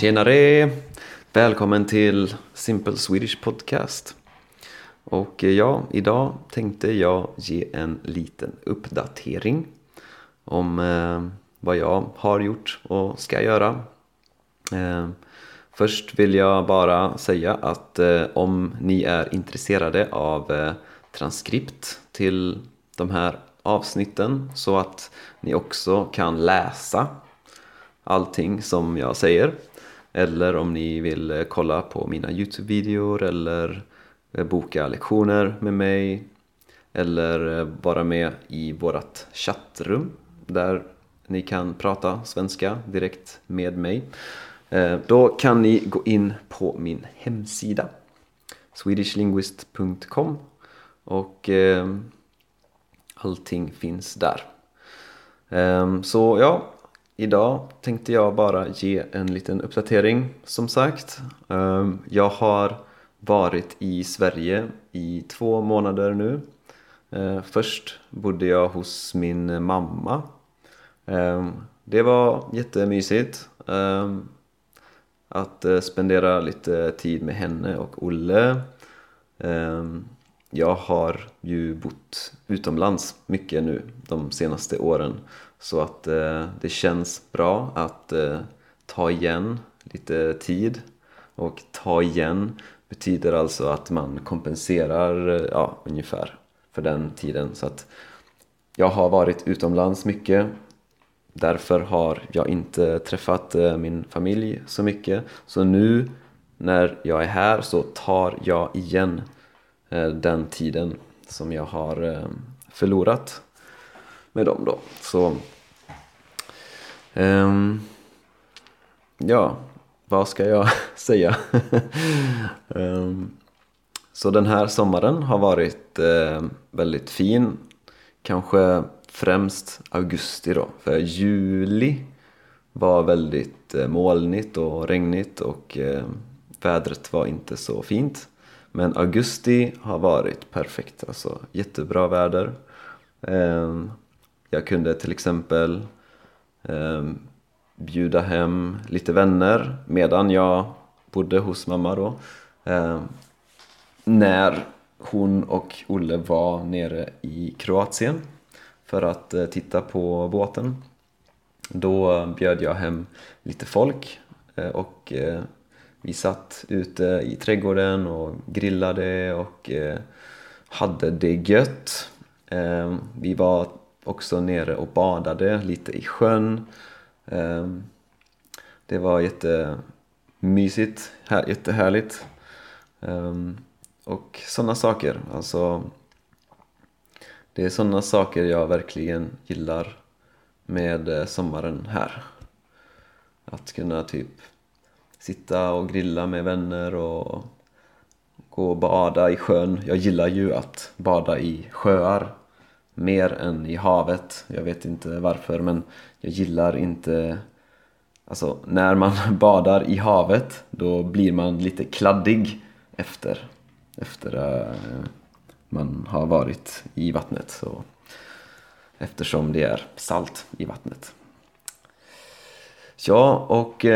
Tjenare! Välkommen till Simple Swedish Podcast. Och ja, idag tänkte jag ge en liten uppdatering om vad jag har gjort och ska göra. Först vill jag bara säga att om ni är intresserade av transkript till de här avsnitten så att ni också kan läsa allting som jag säger, eller om ni vill kolla på mina YouTube-videor eller boka lektioner med mig eller vara med i vårat chattrum där ni kan prata svenska direkt med mig, då kan ni gå in på min hemsida swedishlinguist.com och allting finns där. Så ja, idag tänkte jag bara ge en liten uppdatering. Som sagt, jag har varit i Sverige i 2 månader nu. Först bodde jag hos min mamma. Det var jättemysigt att spendera lite tid med henne och Olle. Jag har ju bott utomlands mycket nu de senaste åren, så att det känns bra att ta igen lite tid. Och ta igen betyder alltså att man kompenserar ungefär för den tiden. Så att jag har varit utomlands mycket. Därför har jag inte träffat min familj så mycket. Så nu när jag är här så tar jag igen den tiden som jag har förlorat med dem då. Så ja, vad ska jag säga? Så den här sommaren har varit väldigt fin. Kanske främst augusti då. För juli var väldigt molnigt och regnigt och vädret var inte så fint. Men augusti har varit perfekt, alltså jättebra väder. Jag kunde till exempel bjuda hem lite vänner medan jag bodde hos mamma då. När hon och Olle var nere i Kroatien för att titta på båten. Då bjöd jag hem lite folk och vi satt ute i trädgården och grillade och hade det gött. Vi var också nere och badade lite i sjön. Det var jättemysigt, jättehärligt. Och sådana saker, alltså det är sådana saker jag verkligen gillar med sommaren här. Att kunna typ sitta och grilla med vänner och gå och bada i sjön. Jag gillar ju att bada i sjöar mer än i havet. Jag vet inte varför, men jag gillar inte... Alltså, när man badar i havet, då blir man lite kladdig efter man har varit i vattnet. Så, eftersom det är salt i vattnet. Ja, och...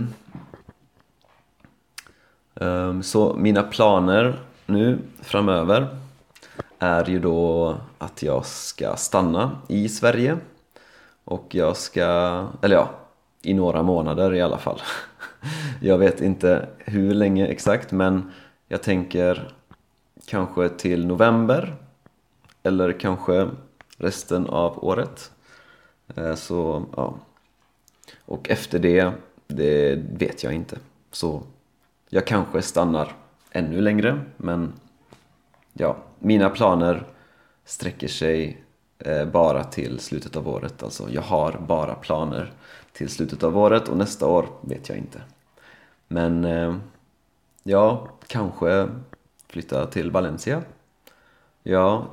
så mina planer nu framöver är ju då att jag ska stanna i Sverige. Och jag ska, i några månader i alla fall. Jag vet inte hur länge exakt, men jag tänker kanske till november eller kanske resten av året. Så ja. Och efter det vet jag inte. Så jag kanske stannar ännu längre, men ja, mina planer sträcker sig bara till slutet av året. Alltså jag har bara planer till slutet av året och nästa år vet jag inte. Men ja, kanske flytta till Valencia. Ja,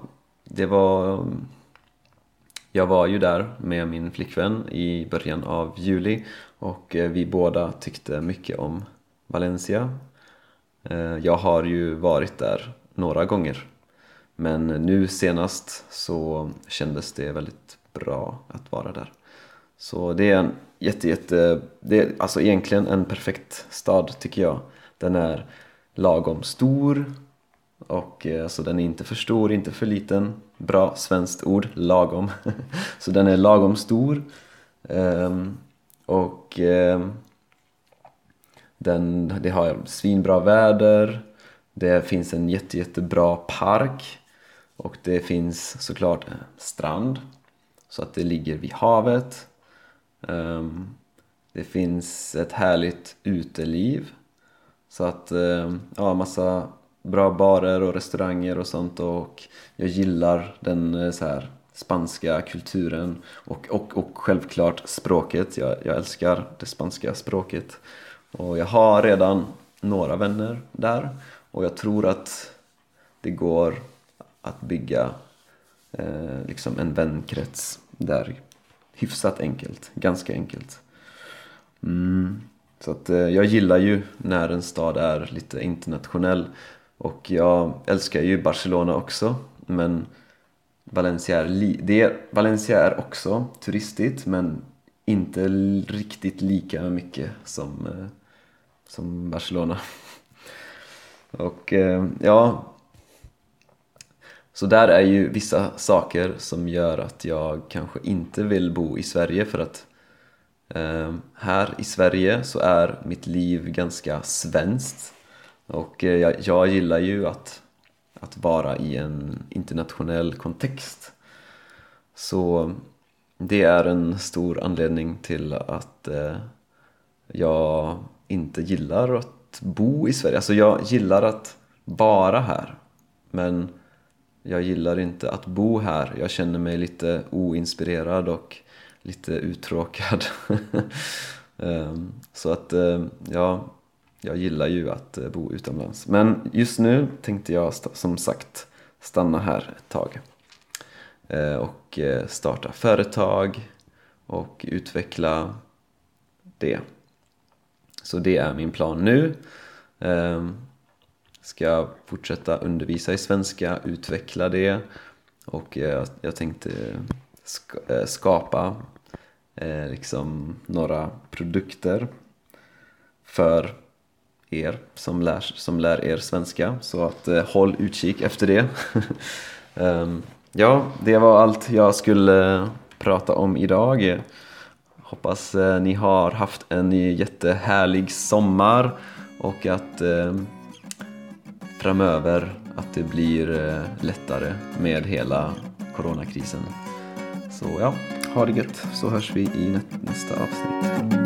jag var ju där med min flickvän i början av juli och vi båda tyckte mycket om Valencia. Jag har ju varit där några gånger, men nu senast så kändes det väldigt bra att vara där. Så det är en det är alltså egentligen en perfekt stad tycker jag. Den är lagom stor och alltså den är inte för stor, inte för liten. Bra svenskt ord, lagom. Så den är lagom stor. Och det har svinbra väder. Det finns en jättebra park. Och det finns såklart strand. Så att det ligger vid havet. Det finns ett härligt uteliv. Så att, ja, massa bra barer och restauranger och sånt. Och jag gillar den så här spanska kulturen. Och självklart språket. Jag älskar det spanska språket. Och jag har redan några vänner där. Och jag tror att det går att bygga liksom en vänkrets där hyfsat enkelt, ganska enkelt. Så att jag gillar ju när en stad är lite internationell, och jag älskar ju Barcelona också, men Valencia är också turistigt, men inte riktigt lika mycket som Barcelona. Och ja, så där är ju vissa saker som gör att jag kanske inte vill bo i Sverige, för att här i Sverige så är mitt liv ganska svenskt, och jag gillar ju att vara i en internationell kontext. Så det är en stor anledning till att jag inte gillar att bo i Sverige. Alltså jag gillar att vara här, men jag gillar inte att bo här. Jag känner mig lite oinspirerad och lite uttråkad. Så att ja, jag gillar ju att bo utomlands. Men just nu tänkte jag som sagt stanna här ett tag. Och starta företag och utveckla det. Så det är min plan nu. Ska fortsätta undervisa i svenska, utveckla det, och jag tänkte skapa liksom några produkter för er som lär er svenska, så att håll utkik efter det. Ja, det var allt jag skulle prata om idag. Hoppas ni har haft en jättehärlig sommar, och att framöver att det blir lättare med hela coronakrisen. Så ja, ha det gött, så hörs vi i nästa avsnitt.